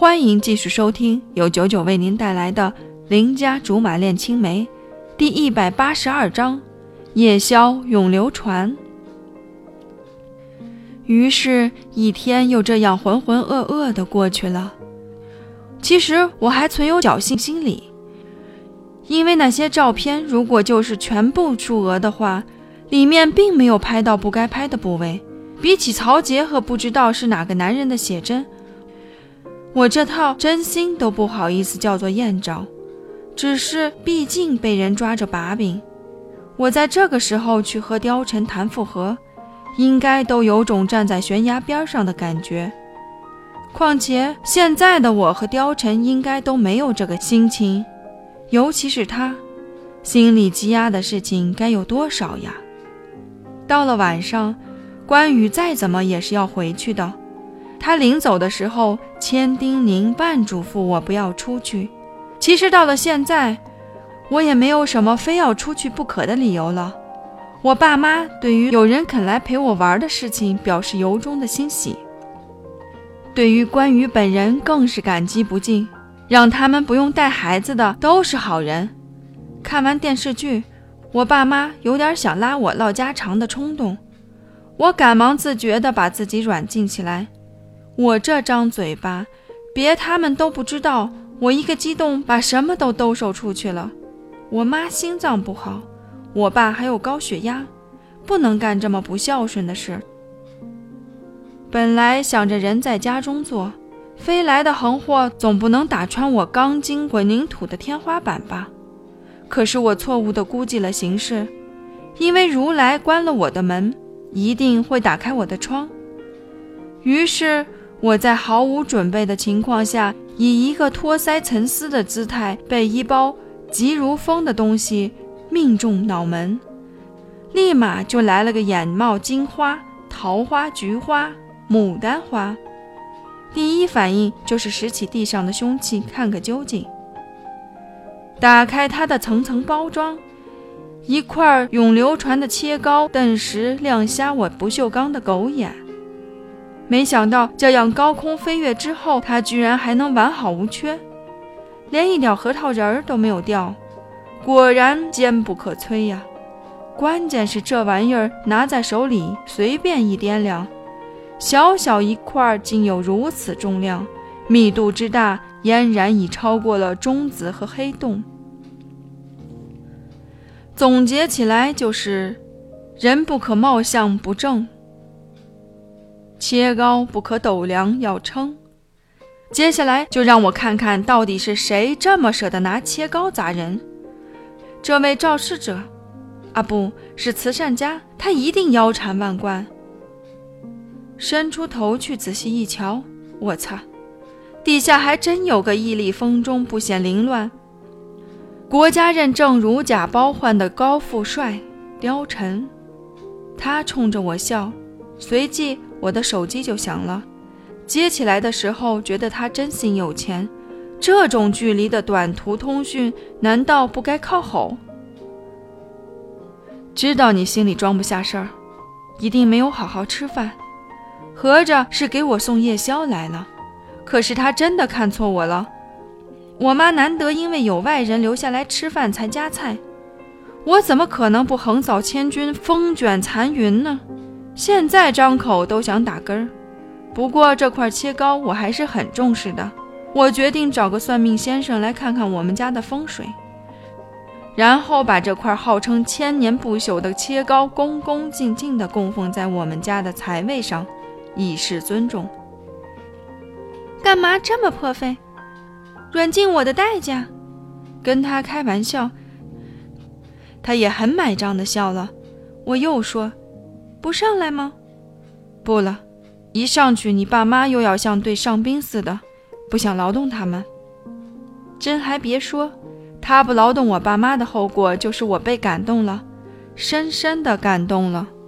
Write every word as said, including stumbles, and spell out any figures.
欢迎继续收听由九九为您带来的《邻家竹马恋青梅》第一百八十二章夜宵永流传。于是一天又这样浑浑噩噩地过去了。其实我还存有侥幸心理，因为那些照片如果就是全部数额的话，里面并没有拍到不该拍的部位。比起曹杰和不知道是哪个男人的写真，我这套真心都不好意思叫做艳照，只是毕竟被人抓着把柄。我在这个时候去和貂蝉谈复合，应该都有种站在悬崖边上的感觉。况且现在的我和貂蝉应该都没有这个心情，尤其是他，心里积压的事情该有多少呀？到了晚上，关羽再怎么也是要回去的。他临走的时候千叮咛万嘱咐我不要出去。其实到了现在，我也没有什么非要出去不可的理由了。我爸妈对于有人肯来陪我玩的事情表示由衷的欣喜，对于关羽本人更是感激不尽，让他们不用带孩子的都是好人。看完电视剧，我爸妈有点想拉我唠家常的冲动，我赶忙自觉地把自己软禁起来。我这张嘴巴，别他们都不知道，我一个激动把什么都兜售出去了。我妈心脏不好，我爸还有高血压，不能干这么不孝顺的事。本来想着人在家中坐，飞来的横祸总不能打穿我钢筋混凝土的天花板吧。可是我错误地估计了形势，因为如来关了我的门，一定会打开我的窗。于是我在毫无准备的情况下，以一个托腮沉思的姿态，被一包急如风的东西命中脑门，立马就来了个眼冒金花、桃花、菊花、牡丹花。第一反应就是拾起地上的凶器看个究竟。打开它的层层包装，一块永流传的切糕顿时亮瞎我不锈钢的狗眼。没想到这样高空飞跃之后，它居然还能完好无缺，连一点核桃仁儿都没有掉，果然坚不可摧呀！关键是这玩意儿拿在手里随便一掂量，小小一块竟有如此重量，密度之大，俨然已超过了中子和黑洞。总结起来就是：人不可貌相不正，切糕不可斗量要称。接下来就让我看看到底是谁这么舍得拿切糕砸人。这位肇事者啊，不是慈善家，他一定腰缠万贯。伸出头去仔细一瞧，我擦，地下还真有个屹立风中不显凌乱，国家认证如假包换的高富帅貂蝉。他冲着我笑，随即我的手机就响了。接起来的时候觉得他真心有钱，这种距离的短途通讯难道不该靠吼？知道你心里装不下事儿，一定没有好好吃饭，合着是给我送夜宵来了。可是他真的看错我了，我妈难得因为有外人留下来吃饭才夹菜，我怎么可能不横扫千军，风卷残云呢？现在张口都想打根儿。不过这块切糕我还是很重视的，我决定找个算命先生来看看我们家的风水，然后把这块号称千年不朽的切糕恭恭敬敬地供奉在我们家的财位上，以示尊重。干嘛这么破费？软禁我的代价？跟他开玩笑，他也很买账地笑了。我又说，不上来吗？不了，一上去你爸妈又要像对上宾似的，不想劳动他们。真还别说，他不劳动我爸妈的后果就是我被感动了，深深地感动了。